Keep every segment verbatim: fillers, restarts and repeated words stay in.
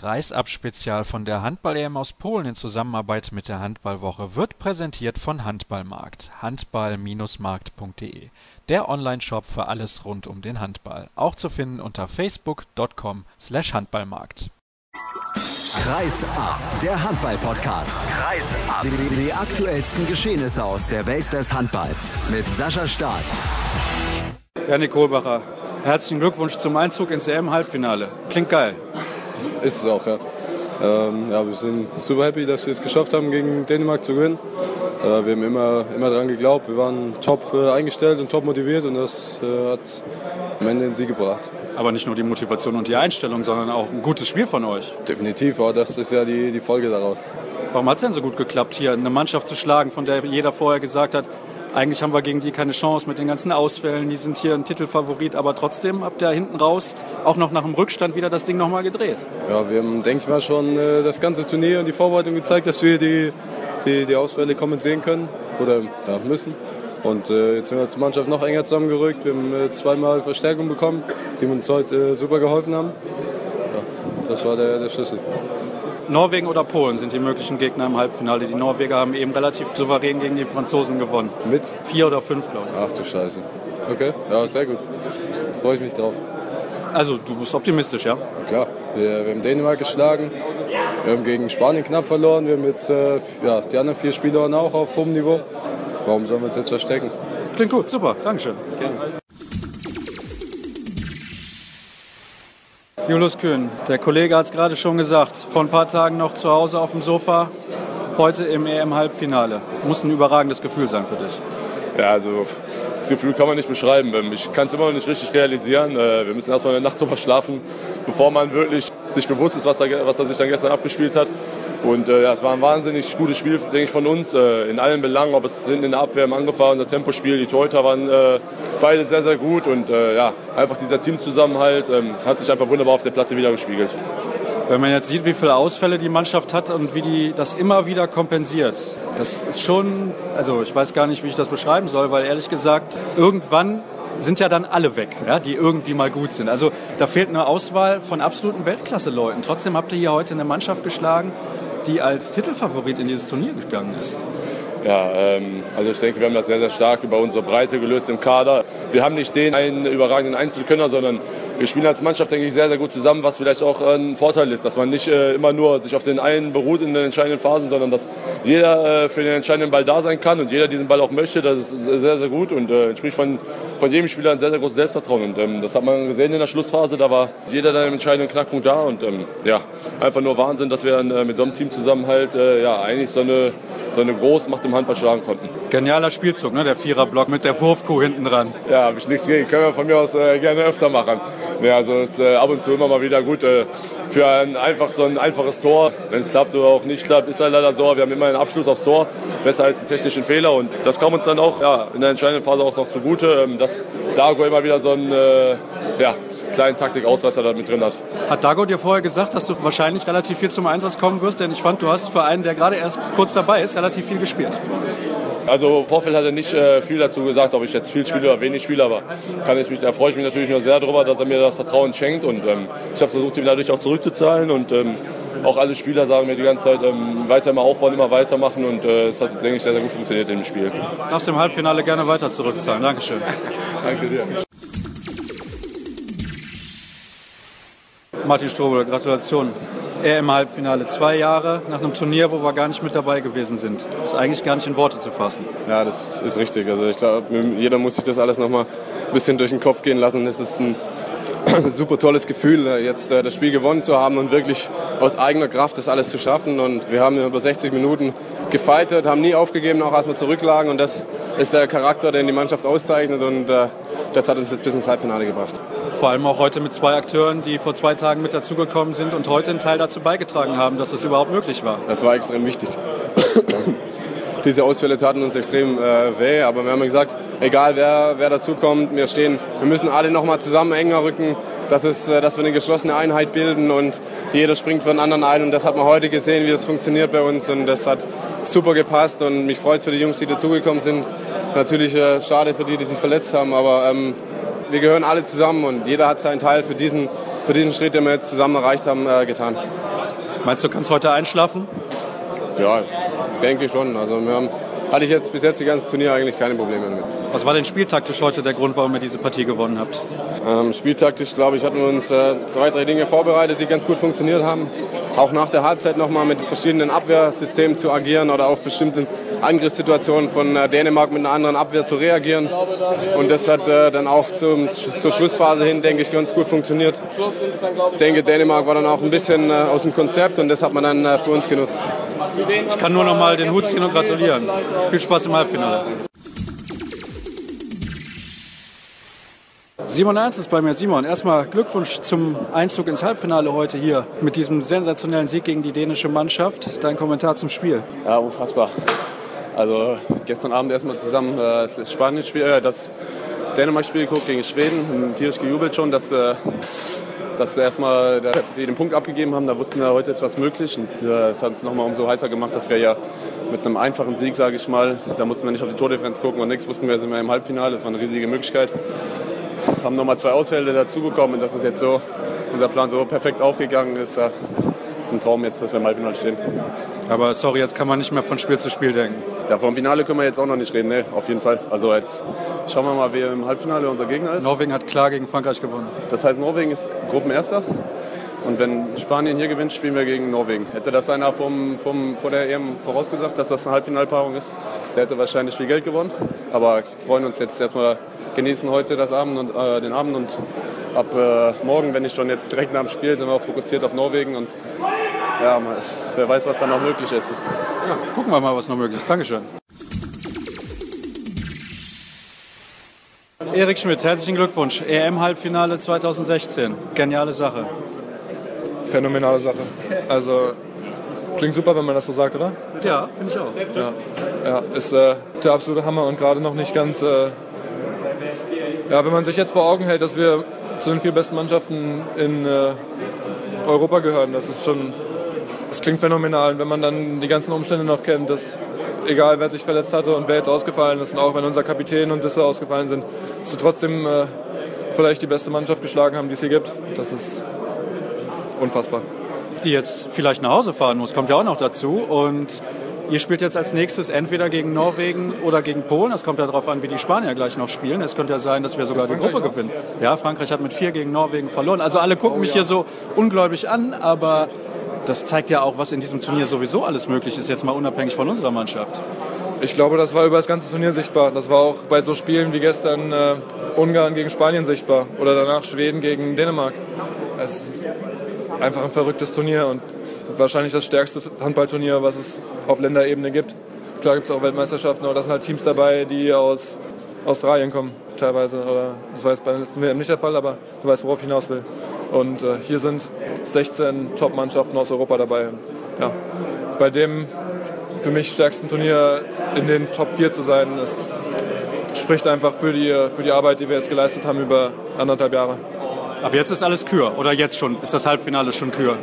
Kreisab-Spezial von der Handball-E M aus Polen in Zusammenarbeit mit der Handballwoche wird präsentiert von Handballmarkt. handball Bindestrich markt punkt de. Der Online-Shop für alles rund um den Handball. Auch zu finden unter facebook punkt com slash handballmarkt. Kreisab, der Handball-Podcast. Kreisab. Die, die aktuellsten Geschehnisse aus der Welt des Handballs mit Sascha Staat. Janik Kohlbacher, herzlichen Glückwunsch zum Einzug ins E M-Halbfinale. Klingt geil. Ist es auch, ja. Ähm, ja. Wir sind super happy, dass wir es geschafft haben, gegen Dänemark zu gewinnen. Äh, wir haben immer, immer daran geglaubt. Wir waren top äh, eingestellt und top motiviert und das äh, hat am Ende den Sieg gebracht. Aber nicht nur die Motivation und die Einstellung, sondern auch ein gutes Spiel von euch. Definitiv, aber das ist ja die, die Folge daraus. Warum hat es denn so gut geklappt, hier eine Mannschaft zu schlagen, von der jeder vorher gesagt hat, eigentlich haben wir gegen die keine Chance mit den ganzen Ausfällen, die sind hier ein Titelfavorit, aber trotzdem habt ihr hinten raus auch noch nach dem Rückstand wieder das Ding nochmal gedreht. Ja, wir haben, denke ich mal, schon äh, das ganze Turnier und die Vorbereitung gezeigt, dass wir die, die, die Ausfälle kompensieren können oder ja, müssen. Und äh, jetzt sind wir als Mannschaft noch enger zusammengerückt. Wir haben äh, zweimal Verstärkung bekommen, die uns heute äh, super geholfen haben. Ja, das war der, der Schlüssel. Norwegen oder Polen sind die möglichen Gegner im Halbfinale. Die Norweger haben eben relativ souverän gegen die Franzosen gewonnen. Mit? Vier oder fünf, glaube ich. Ach du Scheiße. Okay, ja, sehr gut. Freue ich mich drauf. Also, du bist optimistisch, ja? Ja, klar. Wir, wir haben Dänemark geschlagen. Wir haben gegen Spanien knapp verloren. Wir haben jetzt äh, ja, die anderen vier Spieler auch auf hohem Niveau. Warum sollen wir uns jetzt verstecken? Klingt gut, super. Dankeschön. Gerne. Julius Kühn, der Kollege hat es gerade schon gesagt, vor ein paar Tagen noch zu Hause auf dem Sofa, heute im E M-Halbfinale. Muss ein überragendes Gefühl sein für dich. Ja, also das Gefühl kann man nicht beschreiben. Ich kann es immer noch nicht richtig realisieren. Wir müssen erstmal eine Nacht drüber schlafen, bevor man wirklich sich bewusst ist, was da, was da sich dann gestern abgespielt hat. Und äh, ja, es war ein wahnsinnig gutes Spiel, denke ich, von uns, äh, in allen Belangen, ob es hinten in der Abwehr, im Angriff, unser Tempospiel, die Torhüter waren äh, beide sehr, sehr gut und äh, ja, einfach dieser Teamzusammenhalt ähm, hat sich einfach wunderbar auf der Platte wieder gespiegelt. Wenn man jetzt sieht, wie viele Ausfälle die Mannschaft hat und wie die das immer wieder kompensiert, das ist schon, also ich weiß gar nicht, wie ich das beschreiben soll, weil ehrlich gesagt, irgendwann sind ja dann alle weg, ja, die irgendwie mal gut sind. Also da fehlt eine Auswahl von absoluten Weltklasse-Leuten. Trotzdem habt ihr hier heute eine Mannschaft geschlagen, die als Titelfavorit in dieses Turnier gegangen ist. Ja, ähm, also ich denke, wir haben das sehr, sehr stark über unsere Breite gelöst im Kader. Wir haben nicht den einen überragenden Einzelkönner, sondern wir spielen als Mannschaft, denke ich, sehr, sehr gut zusammen, was vielleicht auch ein Vorteil ist, dass man nicht äh, immer nur sich auf den einen beruht in den entscheidenden Phasen, sondern dass jeder äh, für den entscheidenden Ball da sein kann und jeder diesen Ball auch möchte. Das ist sehr, sehr gut und äh, entspricht von, von jedem Spieler ein sehr, sehr großes Selbstvertrauen. Und ähm, das hat man gesehen in der Schlussphase, da war jeder dann im entscheidenden Knackpunkt da und ähm, ja, einfach nur Wahnsinn, dass wir dann äh, mit so einem Teamzusammenhalt äh, ja, eigentlich so eine, so eine Großmacht im Handball schlagen konnten. Genialer Spielzug, ne? Der Viererblock mit der Wurfkuh hinten dran. Ja, habe ich nichts gegen. Können wir von mir aus äh, gerne öfter machen. Ja, also ist äh, ab und zu immer mal wieder gut äh, für ein einfach so ein einfaches Tor. Wenn es klappt oder auch nicht klappt, ist halt leider so. Wir haben immer einen Abschluss aufs Tor, besser als einen technischen Fehler und das kam uns dann auch ja, in der entscheidenden Phase auch noch zugute, ähm, dass Dago immer wieder so einen äh, ja, kleinen Taktikausreißer da mit drin hat. Hat Dago dir vorher gesagt, dass du wahrscheinlich relativ viel zum Einsatz kommen wirst? Denn ich fand, du hast für einen, der gerade erst kurz dabei ist, relativ viel gespielt. Also im Vorfeld hat er nicht äh, viel dazu gesagt, ob ich jetzt viel spiele oder wenig spiele, aber kann ich mich, da freue ich mich natürlich nur sehr darüber, dass er mir das Vertrauen schenkt und ähm, ich habe versucht, ihm dadurch auch zurückzuzahlen und ähm, auch alle Spieler sagen mir die ganze Zeit, ähm, weiter immer aufbauen, immer weitermachen und äh, es hat, denke ich, sehr, sehr gut funktioniert im Spiel. Du darfst im Halbfinale gerne weiter zurückzahlen. Dankeschön. Danke dir. Martin Strobel, Gratulation. Er im Halbfinale, zwei Jahre nach einem Turnier, wo wir gar nicht mit dabei gewesen sind. Das ist eigentlich gar nicht in Worte zu fassen. Ja, das ist richtig. Also ich glaube, jeder muss sich das alles noch mal ein bisschen durch den Kopf gehen lassen. Es ist ein super tolles Gefühl, jetzt das Spiel gewonnen zu haben und wirklich aus eigener Kraft das alles zu schaffen. Und wir haben über sechzig Minuten gefightet, haben nie aufgegeben, auch als wir zurücklagen. Und das ist der Charakter, den die Mannschaft auszeichnet. Und das hat uns jetzt bis ins Halbfinale gebracht. Vor allem auch heute mit zwei Akteuren, die vor zwei Tagen mit dazugekommen sind und heute einen Teil dazu beigetragen haben, dass das überhaupt möglich war. Das war extrem wichtig. Diese Ausfälle taten uns extrem äh, weh, aber wir haben gesagt, egal wer, wer dazukommt, wir stehen, wir müssen alle noch mal zusammen enger rücken, dass, es, äh, dass wir eine geschlossene Einheit bilden und jeder springt für den anderen ein und das hat man heute gesehen, wie das funktioniert bei uns und das hat super gepasst und mich freut es für die Jungs, die dazugekommen sind. Natürlich äh, schade für die, die sich verletzt haben, aber ähm, wir gehören alle zusammen und jeder hat seinen Teil für diesen für diesen Schritt, den wir jetzt zusammen erreicht haben, äh, getan. Meinst du, kannst du heute einschlafen? Ja, denke ich schon. Also wir haben, hatte ich jetzt bis jetzt die ganze Turnier eigentlich keine Probleme damit. Was war denn spieltaktisch heute der Grund, warum ihr diese Partie gewonnen habt? Ähm, spieltaktisch, glaube ich, hatten wir uns äh, zwei, drei Dinge vorbereitet, die ganz gut funktioniert haben. Auch nach der Halbzeit nochmal mit verschiedenen Abwehrsystemen zu agieren oder auf bestimmte Angriffssituationen von äh, Dänemark mit einer anderen Abwehr zu reagieren. Und das hat äh, dann auch zum, zur Schlussphase hin, denke ich, ganz gut funktioniert. Ich denke, Dänemark war dann auch ein bisschen äh, aus dem Konzept und das hat man dann äh, für uns genutzt. Ich kann nur noch mal den Hut ziehen und gratulieren. Viel Spaß im Halbfinale. Simon Ernst ist bei mir. Simon, erstmal Glückwunsch zum Einzug ins Halbfinale heute hier mit diesem sensationellen Sieg gegen die dänische Mannschaft. Dein Kommentar zum Spiel? Ja, unfassbar. Also gestern Abend erstmal zusammen äh, das Spanien-Spiel, äh, das Dänemark-Spiel geguckt gegen Schweden und tierisch gejubelt schon, dass, äh, dass erstmal die den Punkt abgegeben haben. Da wussten wir, heute ist was möglich und äh, das hat es nochmal umso heißer gemacht, dass wir ja mit einem einfachen Sieg, sage ich mal, da mussten wir nicht auf die Tordifferenz gucken und nichts, wussten wir, sind wir im Halbfinale. Das war eine riesige Möglichkeit. Haben nochmal zwei Ausfälle dazubekommen und das ist jetzt so, unser Plan so perfekt aufgegangen ist. Das ist ein Traum jetzt, dass wir im Halbfinale stehen. Aber sorry, jetzt kann man nicht mehr von Spiel zu Spiel denken. Ja, vom Finale können wir jetzt auch noch nicht reden, ne, auf jeden Fall. Also jetzt schauen wir mal, wer im Halbfinale unser Gegner ist. Norwegen hat klar gegen Frankreich gewonnen. Das heißt, Norwegen ist Gruppenerster. Und wenn Spanien hier gewinnt, spielen wir gegen Norwegen. Hätte das einer vom, vom, vor der E M vorausgesagt, dass das eine Halbfinalpaarung ist, der hätte wahrscheinlich viel Geld gewonnen. Aber wir freuen uns jetzt erstmal, genießen heute das Abend und, äh, den Abend und ab äh, morgen, wenn ich schon jetzt direkt nach dem Spiel, sind wir auch fokussiert auf Norwegen und ja, mal, wer weiß, was da noch möglich ist. Ja, gucken wir mal, was noch möglich ist. Dankeschön. Erik Schmidt, herzlichen Glückwunsch. E M-Halbfinale zweitausendsechzehn. Geniale Sache. Phänomenale Sache. Also klingt super, wenn man das so sagt, oder? Ja, finde ich auch. Ja, ja ist äh, der absolute Hammer und gerade noch nicht ganz... Äh, ja, wenn man sich jetzt vor Augen hält, dass wir zu den vier besten Mannschaften in äh, Europa gehören, das ist schon... Das klingt phänomenal. Und wenn man dann die ganzen Umstände noch kennt, dass egal wer sich verletzt hatte und wer jetzt ausgefallen ist und auch wenn unser Kapitän und Disse ausgefallen sind, dass wir trotzdem äh, vielleicht die beste Mannschaft geschlagen haben, die es hier gibt. Das ist unfassbar. Die jetzt vielleicht nach Hause fahren muss, kommt ja auch noch dazu. Und ihr spielt jetzt als nächstes entweder gegen Norwegen oder gegen Polen. Das kommt ja darauf an, wie die Spanier gleich noch spielen. Es könnte ja sein, dass wir sogar die Gruppe gewinnen. Ja, Frankreich hat mit vier gegen Norwegen verloren. Also alle gucken mich hier so ungläubig an, aber das zeigt ja auch, was in diesem Turnier sowieso alles möglich ist, jetzt mal unabhängig von unserer Mannschaft. Ich glaube, das war über das ganze Turnier sichtbar. Das war auch bei so Spielen wie gestern äh, Ungarn gegen Spanien sichtbar oder danach Schweden gegen Dänemark. Es ist einfach ein verrücktes Turnier und wahrscheinlich das stärkste Handballturnier, was es auf Länderebene gibt. Klar gibt es auch Weltmeisterschaften, aber da sind halt Teams dabei, die aus Australien kommen teilweise. Oder das war jetzt bei der letzten W M nicht der Fall, aber du weißt, worauf ich hinaus will. Und äh, hier sind sechzehn Top-Mannschaften aus Europa dabei. Ja, bei dem für mich stärksten Turnier in den Top vier zu sein, das spricht einfach für die, für die Arbeit, die wir jetzt geleistet haben über anderthalb Jahre. Aber jetzt ist alles Kür, oder jetzt schon? Ist das Halbfinale schon Kür?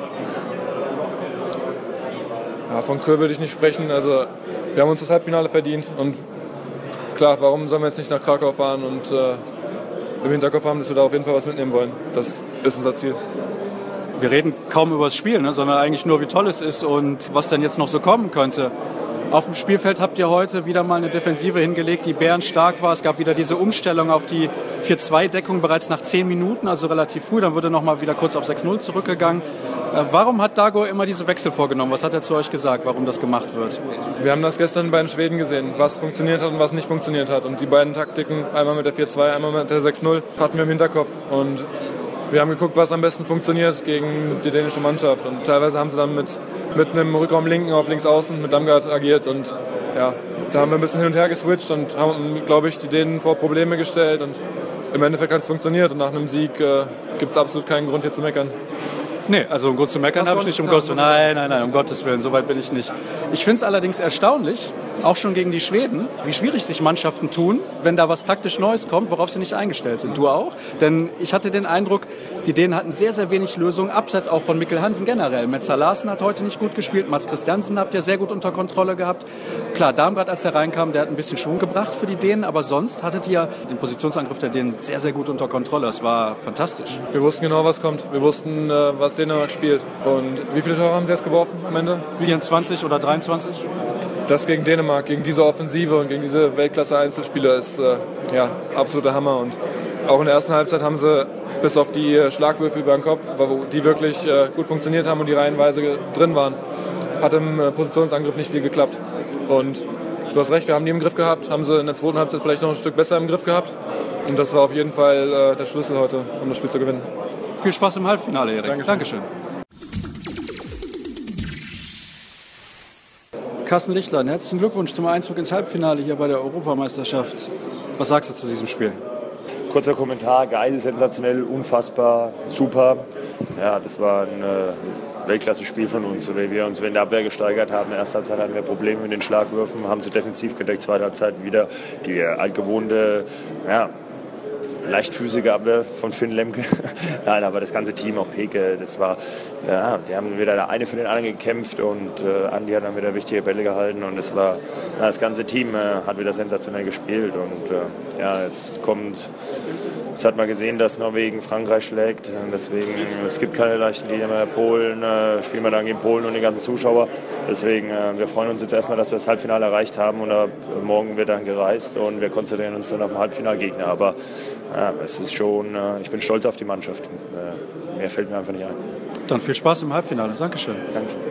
Ja, von Kür würde ich nicht sprechen. Also, wir haben uns das Halbfinale verdient. Und klar, warum sollen wir jetzt nicht nach Krakau fahren und äh, im Hinterkopf haben, dass wir da auf jeden Fall was mitnehmen wollen. Das ist unser Ziel. Wir reden kaum über das Spiel, ne, sondern eigentlich nur, wie toll es ist und was denn jetzt noch so kommen könnte. Auf dem Spielfeld habt ihr heute wieder mal eine Defensive hingelegt, die bärenstark war. Es gab wieder diese Umstellung auf die vier zwei Deckung bereits nach zehn Minuten, also relativ früh. Dann wurde noch mal wieder kurz auf sechs null zurückgegangen. Äh, warum hat Dago immer diese Wechsel vorgenommen? Was hat er zu euch gesagt, warum das gemacht wird? Wir haben das gestern bei den Schweden gesehen, was funktioniert hat und was nicht funktioniert hat. Und die beiden Taktiken, einmal mit der vier zwei, einmal mit der sechs null, hatten wir im Hinterkopf. Und wir haben geguckt, was am besten funktioniert gegen die dänische Mannschaft. Und teilweise haben sie dann mit, mit einem Rückraum linken auf links außen mit Damgaard agiert. Und ja, da haben wir ein bisschen hin und her geswitcht und haben, glaube ich, die Dänen vor Probleme gestellt. Und im Endeffekt hat es funktioniert. Und nach einem Sieg äh, gibt es absolut keinen Grund, hier zu meckern. Nee, also um Grund zu meckern habe ich nicht, um Gottes Willen. Nein, nein, nein, um Gottes Willen, so weit bin ich nicht. Ich finde es allerdings erstaunlich, auch schon gegen die Schweden, wie schwierig sich Mannschaften tun, wenn da was taktisch Neues kommt, worauf sie nicht eingestellt sind. Du auch? Denn ich hatte den Eindruck, die Dänen hatten sehr, sehr wenig Lösungen, abseits auch von Mikkel Hansen generell. Metzer Larsen hat heute nicht gut gespielt, Mats Christiansen habt ihr sehr gut unter Kontrolle gehabt. Klar, Darmgard, als er reinkam, der hat ein bisschen Schwung gebracht für die Dänen, aber sonst hattet ihr den Positionsangriff der Dänen sehr, sehr gut unter Kontrolle. Das war fantastisch. Wir wussten genau, was kommt. Wir wussten, was Dänemark spielt. Und wie viele Tore haben sie jetzt geworfen am Ende? vierundzwanzig oder dreiundzwanzig? Das gegen Dänemark, gegen diese Offensive und gegen diese Weltklasse-Einzelspieler ist äh, ja, absoluter Hammer. Und auch in der ersten Halbzeit haben sie bis auf die äh, Schlagwürfe über den Kopf, wo die wirklich äh, gut funktioniert haben und die reihenweise drin waren, hat im äh, Positionsangriff nicht viel geklappt. Und du hast recht, wir haben die im Griff gehabt, haben sie in der zweiten Halbzeit vielleicht noch ein Stück besser im Griff gehabt. Und das war auf jeden Fall äh, der Schlüssel heute, um das Spiel zu gewinnen. Viel Spaß im Halbfinale, Erik. Dankeschön. Dankeschön. Carsten Lichtlein, herzlichen Glückwunsch zum Einzug ins Halbfinale hier bei der Europameisterschaft. Was sagst du zu diesem Spiel? Kurzer Kommentar, geil, sensationell, unfassbar, super. Ja, das war ein äh, Weltklasse-Spiel von uns, so wie wir uns in der Abwehr gesteigert haben. In der ersten Halbzeit hatten wir Probleme mit den Schlagwürfen, haben sie defensiv gedeckt, zweite Halbzeit wieder die altgewohnte, ja, leichtfüßige Abwehr von Finn Lemke. Nein, aber das ganze Team, auch Peke, das war, ja, die haben wieder der eine für den anderen gekämpft und äh, Andi hat dann wieder wichtige Bälle gehalten und es war, ja, das ganze Team äh, hat wieder sensationell gespielt und äh, ja, jetzt kommt, jetzt hat man gesehen, dass Norwegen Frankreich schlägt, und deswegen, es gibt keine leichten Gegner, Polen, äh, spielen wir dann gegen Polen und die ganzen Zuschauer, deswegen, äh, wir freuen uns jetzt erstmal, dass wir das Halbfinale erreicht haben und ab morgen wird dann gereist und wir konzentrieren uns dann auf den Halbfinalgegner, aber ja, es ist schon, äh, ich bin stolz auf die Mannschaft. Äh, mehr fällt mir einfach nicht ein. Dann viel Spaß im Halbfinale. Dankeschön. Dankeschön.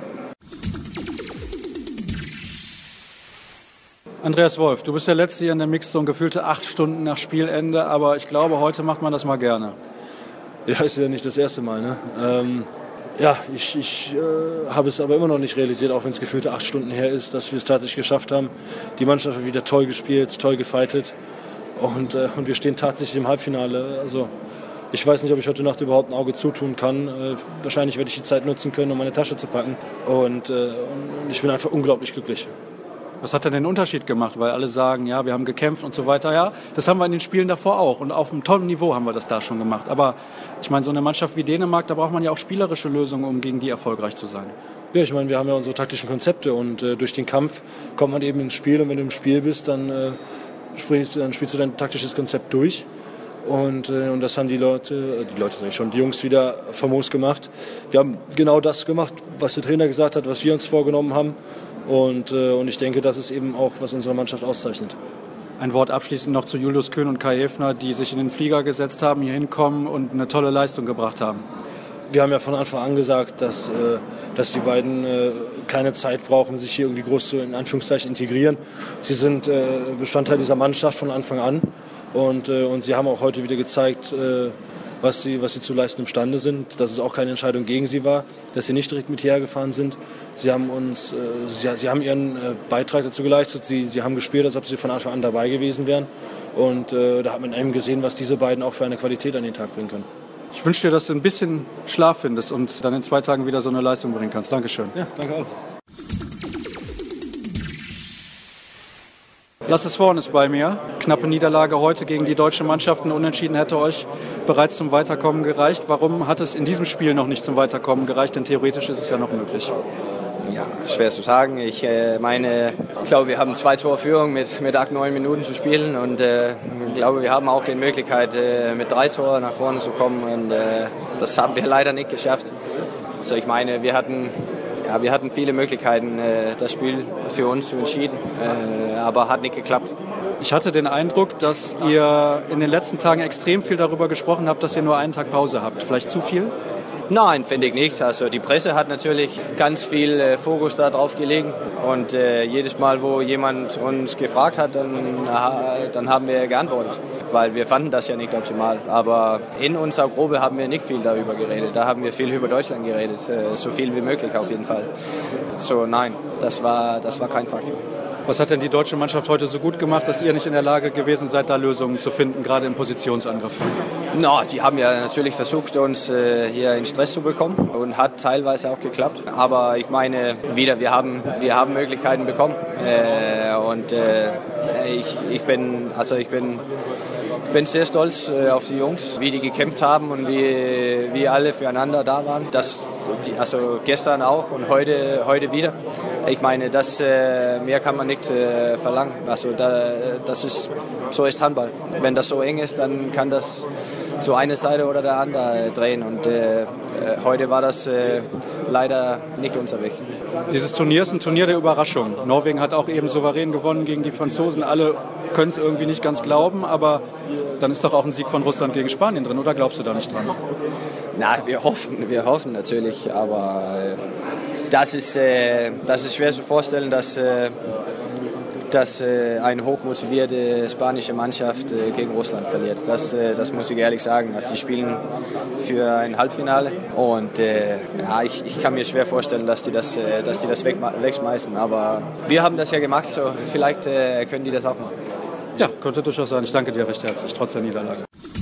Andreas Wolf, du bist der Letzte hier in der Mixzone, gefühlte acht Stunden nach Spielende, aber ich glaube, heute macht man das mal gerne. Ja, ist ja nicht das erste Mal. Ne? Ähm, ja, ich, ich äh, habe es aber immer noch nicht realisiert, auch wenn es gefühlte acht Stunden her ist, dass wir es tatsächlich geschafft haben. Die Mannschaft hat wieder toll gespielt, toll gefightet. Und, äh, und wir stehen tatsächlich im Halbfinale. Also ich weiß nicht, ob ich heute Nacht überhaupt ein Auge zutun kann. Äh, wahrscheinlich werde ich die Zeit nutzen können, um meine Tasche zu packen. Und, äh, und ich bin einfach unglaublich glücklich. Was hat denn den Unterschied gemacht? Weil alle sagen, ja, wir haben gekämpft und so weiter. Ja, das haben wir in den Spielen davor auch. Und auf einem tollen Niveau haben wir das da schon gemacht. Aber ich meine, so eine Mannschaft wie Dänemark, da braucht man ja auch spielerische Lösungen, um gegen die erfolgreich zu sein. Ja, ich meine, wir haben ja unsere taktischen Konzepte. Und äh, durch den Kampf kommt man eben ins Spiel. Und wenn du im Spiel bist, dann... Äh, Spielst, dann spielst du dein taktisches Konzept durch und, äh, und das haben die Leute, die Leute sag ich schon, die Jungs wieder famos gemacht. Wir haben genau das gemacht, was der Trainer gesagt hat, was wir uns vorgenommen haben und, äh, und ich denke, das ist eben auch, was unsere Mannschaft auszeichnet. Ein Wort abschließend noch zu Julius Kühn und Kai Häfner, die sich in den Flieger gesetzt haben, hier hinkommen und eine tolle Leistung gebracht haben. Wir haben ja von Anfang an gesagt, dass, äh, dass die beiden äh, keine Zeit brauchen, sich hier irgendwie groß zu, in Anführungszeichen, integrieren. Sie sind äh, Bestandteil dieser Mannschaft von Anfang an und, äh, und sie haben auch heute wieder gezeigt, äh, was, sie, was sie zu leisten imstande sind, dass es auch keine Entscheidung gegen sie war, dass sie nicht direkt mit hierher gefahren sind. Sie haben, uns, äh, sie, sie haben ihren äh, Beitrag dazu geleistet, sie, sie haben gespielt, als ob sie von Anfang an dabei gewesen wären und äh, da hat man eben gesehen, was diese beiden auch für eine Qualität an den Tag bringen können. Ich wünsche dir, dass du ein bisschen Schlaf findest und dann in zwei Tagen wieder so eine Leistung bringen kannst. Dankeschön. Ja, danke auch. Lass es vorne ist bei mir. Knappe Niederlage heute gegen die deutsche Mannschaft. Ein Unentschieden hätte euch bereits zum Weiterkommen gereicht. Warum hat es in diesem Spiel noch nicht zum Weiterkommen gereicht? Denn theoretisch ist es ja noch möglich. Ja, schwer zu sagen. Ich äh, meine, ich glaube, wir haben zwei Tore Führung mit, mit acht, neun Minuten zu spielen und äh, ich glaube, wir haben auch die Möglichkeit, äh, mit drei Toren nach vorne zu kommen und äh, das haben wir leider nicht geschafft. Also ich meine, wir hatten, ja, wir hatten viele Möglichkeiten, äh, das Spiel für uns zu entschieden, äh, aber hat nicht geklappt. Ich hatte den Eindruck, dass ihr in den letzten Tagen extrem viel darüber gesprochen habt, dass ihr nur einen Tag Pause habt. Vielleicht zu viel? Nein, finde ich nicht. Also die Presse hat natürlich ganz viel äh, Fokus darauf gelegt und äh, jedes Mal, wo jemand uns gefragt hat, dann, äh, dann haben wir geantwortet, weil wir fanden das ja nicht optimal. Aber in unserer Gruppe haben wir nicht viel darüber geredet. Da haben wir viel über Deutschland geredet, äh, so viel wie möglich auf jeden Fall. So nein, das war, das war kein Faktor. Was hat denn die deutsche Mannschaft heute so gut gemacht, dass ihr nicht in der Lage gewesen seid, da Lösungen zu finden, gerade im Positionsangriff? No, sie haben ja natürlich versucht, uns äh, hier in Stress zu bekommen und hat teilweise auch geklappt. Aber ich meine, wieder, wir haben, wir haben Möglichkeiten bekommen äh, und äh, ich, ich bin, also ich bin Ich bin sehr stolz äh, auf die Jungs, wie die gekämpft haben und wie, wie alle füreinander da waren. Das, die, also gestern auch und heute, heute wieder. Ich meine, das, äh, mehr kann man nicht äh, verlangen. Also da, das ist, so ist Handball. Wenn das so eng ist, dann kann das zu einer Seite oder der anderen drehen. Und äh, heute war das äh, leider nicht unser Weg. Dieses Turnier ist ein Turnier der Überraschung. Norwegen hat auch eben souverän gewonnen gegen die Franzosen. Alle können es irgendwie nicht ganz glauben, aber dann ist doch auch ein Sieg von Russland gegen Spanien drin, oder glaubst du da nicht dran? Na, wir hoffen, wir hoffen natürlich, aber äh, das, ist, äh, das ist schwer zu vorstellen, dass, äh, dass äh, eine hochmotivierte spanische Mannschaft äh, gegen Russland verliert. Das, äh, das muss ich ehrlich sagen. Also die spielen für ein Halbfinale und äh, ja, ich, ich kann mir schwer vorstellen, dass die das, äh, dass die das wegma- wegschmeißen. Aber wir haben das ja gemacht, so vielleicht äh, können die das auch machen. Ja, könnte durchaus sein. Ich danke dir recht herzlich, trotz der Niederlage.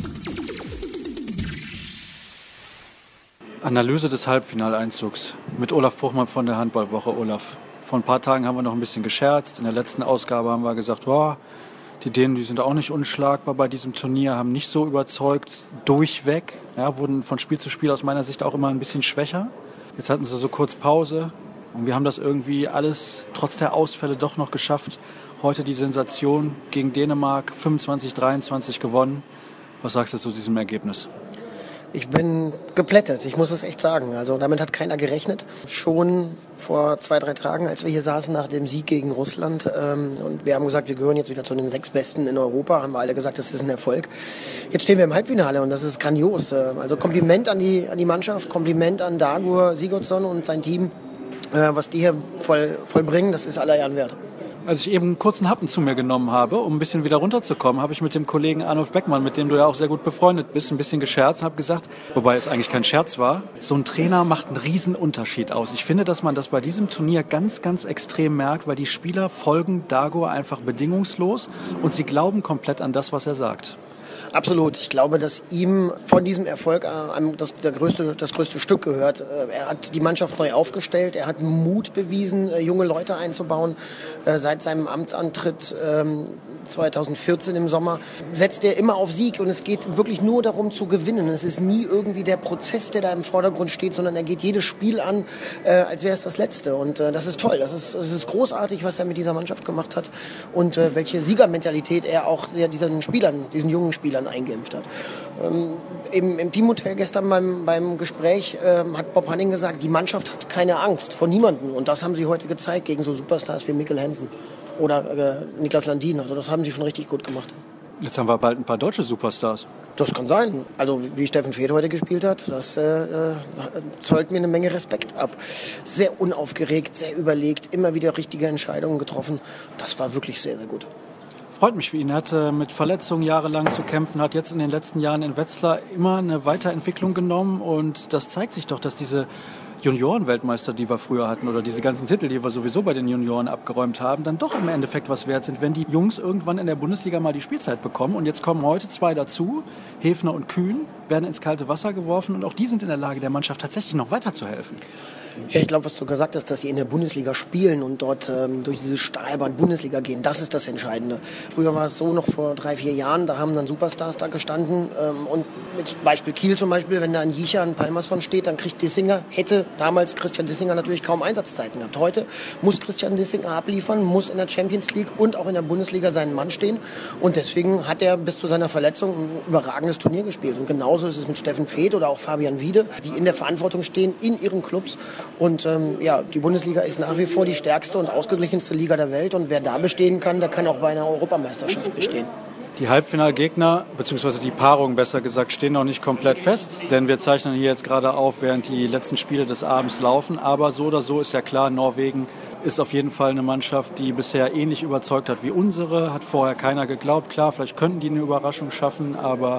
Analyse des Halbfinaleinzugs mit Olaf Bruchmann von der Handballwoche. Olaf, vor ein paar Tagen haben wir noch ein bisschen gescherzt. In der letzten Ausgabe haben wir gesagt, oh, die Dänen, die sind auch nicht unschlagbar bei diesem Turnier, haben nicht so überzeugt, durchweg. Ja, wurden von Spiel zu Spiel aus meiner Sicht auch immer ein bisschen schwächer. Jetzt hatten sie so kurz Pause und wir haben das irgendwie alles trotz der Ausfälle doch noch geschafft. Heute die Sensation gegen Dänemark, fünfundzwanzig dreiundzwanzig gewonnen. Was sagst du zu diesem Ergebnis? Ich bin geplättet, ich muss es echt sagen. Also damit hat keiner gerechnet. Schon vor zwei, drei Tagen, als wir hier saßen nach dem Sieg gegen Russland ähm, und wir haben gesagt, wir gehören jetzt wieder zu den sechs Besten in Europa, haben wir alle gesagt, das ist ein Erfolg. Jetzt stehen wir im Halbfinale und das ist grandios. Also Kompliment an die, an die Mannschaft, Kompliment an Dagur Sigurdsson und sein Team. Äh, was die hier voll, vollbringen, das ist aller Ehren wert. Als ich eben einen kurzen Happen zu mir genommen habe, um ein bisschen wieder runterzukommen, habe ich mit dem Kollegen Arnulf Beckmann, mit dem du ja auch sehr gut befreundet bist, ein bisschen gescherzt und habe gesagt, wobei es eigentlich kein Scherz war, so ein Trainer macht einen riesen Unterschied aus. Ich finde, dass man das bei diesem Turnier ganz, ganz extrem merkt, weil die Spieler folgen Dagur einfach bedingungslos und sie glauben komplett an das, was er sagt. Absolut. Ich glaube, dass ihm von diesem Erfolg äh, das, der größte, das größte Stück gehört. Äh, er hat die Mannschaft neu aufgestellt. Er hat Mut bewiesen, äh, junge Leute einzubauen. Äh, seit seinem Amtsantritt ähm, zweitausendvierzehn im Sommer setzt er immer auf Sieg. Und es geht wirklich nur darum zu gewinnen. Es ist nie irgendwie der Prozess, der da im Vordergrund steht, sondern er geht jedes Spiel an, äh, als wäre es das letzte. Und äh, das ist toll. Das ist, das ist großartig, was er mit dieser Mannschaft gemacht hat. Und äh, welche Siegermentalität er auch ja, diesen Spielern, diesen jungen Spielern eingeimpft hat. Ähm, im, Im Teamhotel gestern beim, beim Gespräch ähm, hat Bob Hanning gesagt, die Mannschaft hat keine Angst vor niemandem. Und das haben sie heute gezeigt gegen so Superstars wie Mikkel Hansen oder äh, Niklas Landin. Also das haben sie schon richtig gut gemacht. Jetzt haben wir bald ein paar deutsche Superstars. Das kann sein. Also wie Steffen Feeth heute gespielt hat, das äh, äh, zollt mir eine Menge Respekt ab. Sehr unaufgeregt, sehr überlegt, immer wieder richtige Entscheidungen getroffen. Das war wirklich sehr, sehr gut. Freut mich für ihn. Er hat äh, mit Verletzungen jahrelang zu kämpfen, hat jetzt in den letzten Jahren in Wetzlar immer eine Weiterentwicklung genommen und das zeigt sich doch, dass diese Junioren-Weltmeister, die wir früher hatten oder diese ganzen Titel, die wir sowieso bei den Junioren abgeräumt haben, dann doch im Endeffekt was wert sind, wenn die Jungs irgendwann in der Bundesliga mal die Spielzeit bekommen. Und jetzt kommen heute zwei dazu, Hefner und Kühn, werden ins kalte Wasser geworfen und auch die sind in der Lage, der Mannschaft tatsächlich noch weiterzuhelfen. Ja, ich glaube, was du gesagt hast, dass sie in der Bundesliga spielen und dort ähm, durch diese Stahlbahn Bundesliga gehen, das ist das Entscheidende. Früher war es so, noch vor drei, vier Jahren, da haben dann Superstars da gestanden ähm, und mit Beispiel Kiel zum Beispiel, wenn da ein Jicha, ein Palmersson steht, dann kriegt Dissinger, hätte damals Christian Dissinger natürlich kaum Einsatzzeiten gehabt. Heute muss Christian Dissinger abliefern, muss in der Champions League und auch in der Bundesliga seinen Mann stehen und deswegen hat er bis zu seiner Verletzung ein überragendes Turnier gespielt und genauso ist es mit Steffen Feeth oder auch Fabian Wiede, die in der Verantwortung stehen in ihren Clubs. Und ähm, ja, die Bundesliga ist nach wie vor die stärkste und ausgeglichenste Liga der Welt. Und wer da bestehen kann, der kann auch bei einer Europameisterschaft bestehen. Die Halbfinalgegner, beziehungsweise die Paarungen besser gesagt, stehen noch nicht komplett fest. Denn wir zeichnen hier jetzt gerade auf, während die letzten Spiele des Abends laufen. Aber so oder so ist ja klar, Norwegen ist auf jeden Fall eine Mannschaft, die bisher ähnlich überzeugt hat wie unsere. Hat vorher keiner geglaubt. Klar, vielleicht könnten die eine Überraschung schaffen, aber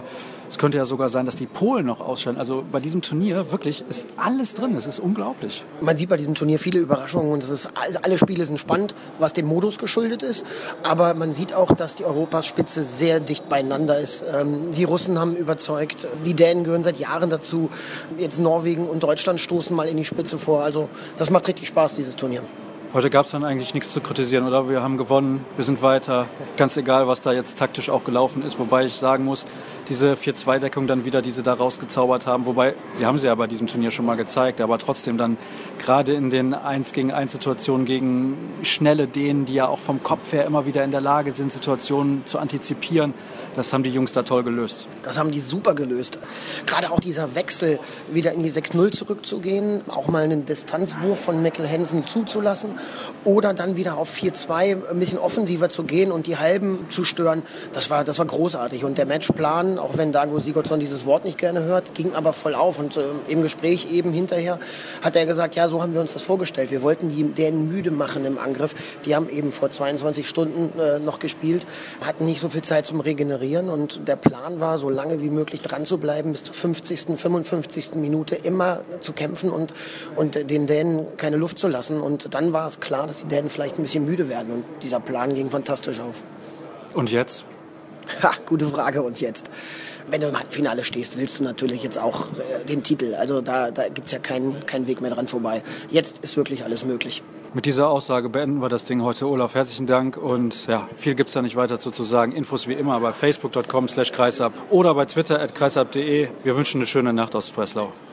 Es könnte ja sogar sein, dass die Polen noch ausscheiden. Also bei diesem Turnier wirklich ist alles drin. Es ist unglaublich. Man sieht bei diesem Turnier viele Überraschungen und es ist, also alle Spiele sind spannend, was dem Modus geschuldet ist. Aber man sieht auch, dass die Europaspitze sehr dicht beieinander ist. Ähm, die Russen haben überzeugt, die Dänen gehören seit Jahren dazu. Jetzt Norwegen und Deutschland stoßen mal in die Spitze vor. Also das macht richtig Spaß, dieses Turnier. Heute gab es dann eigentlich nichts zu kritisieren, oder? Wir haben gewonnen, wir sind weiter. Ganz egal, was da jetzt taktisch auch gelaufen ist. Wobei ich sagen muss, diese vier zwei Deckung dann wieder, die sie da rausgezaubert haben. Wobei, sie haben sie ja bei diesem Turnier schon mal gezeigt. Aber trotzdem dann gerade in den eins gegen eins Situationen gegen schnelle Dänen, die ja auch vom Kopf her immer wieder in der Lage sind, Situationen zu antizipieren. Das haben die Jungs da toll gelöst. Das haben die super gelöst. Gerade auch dieser Wechsel, wieder in die sechs null zurückzugehen, auch mal einen Distanzwurf von Mikkel Hansen zuzulassen oder dann wieder auf vier zwei ein bisschen offensiver zu gehen und die Halben zu stören, das war, das war großartig. Und der Matchplan, auch wenn Dago Sigurdsson dieses Wort nicht gerne hört, ging aber voll auf. Und äh, im Gespräch eben hinterher hat er gesagt, ja, so haben wir uns das vorgestellt. Wir wollten die Dänen müde machen im Angriff. Die haben eben vor zweiundzwanzig Stunden äh, noch gespielt, hatten nicht so viel Zeit zum Regenerieren. Und der Plan war, so lange wie möglich dran zu bleiben, bis zur fünfzigsten, fünfundfünfzigsten Minute immer zu kämpfen und, und den Dänen keine Luft zu lassen. Und dann war es klar, dass die Dänen vielleicht ein bisschen müde werden. Und dieser Plan ging fantastisch auf. Und jetzt? Ha, gute Frage. Und jetzt? Wenn du im Halbfinale stehst, willst du natürlich jetzt auch äh, den Titel. Also da, da gibt es ja keinen keinen Weg mehr dran vorbei. Jetzt ist wirklich alles möglich. Mit dieser Aussage beenden wir das Ding heute. Olaf, herzlichen Dank. Und ja, viel gibt es da nicht weiter zu, zu sagen. Infos wie immer bei facebook punkt com slash kreisab oder bei Twitter at kreisab punkt de. Wir wünschen eine schöne Nacht aus Breslau.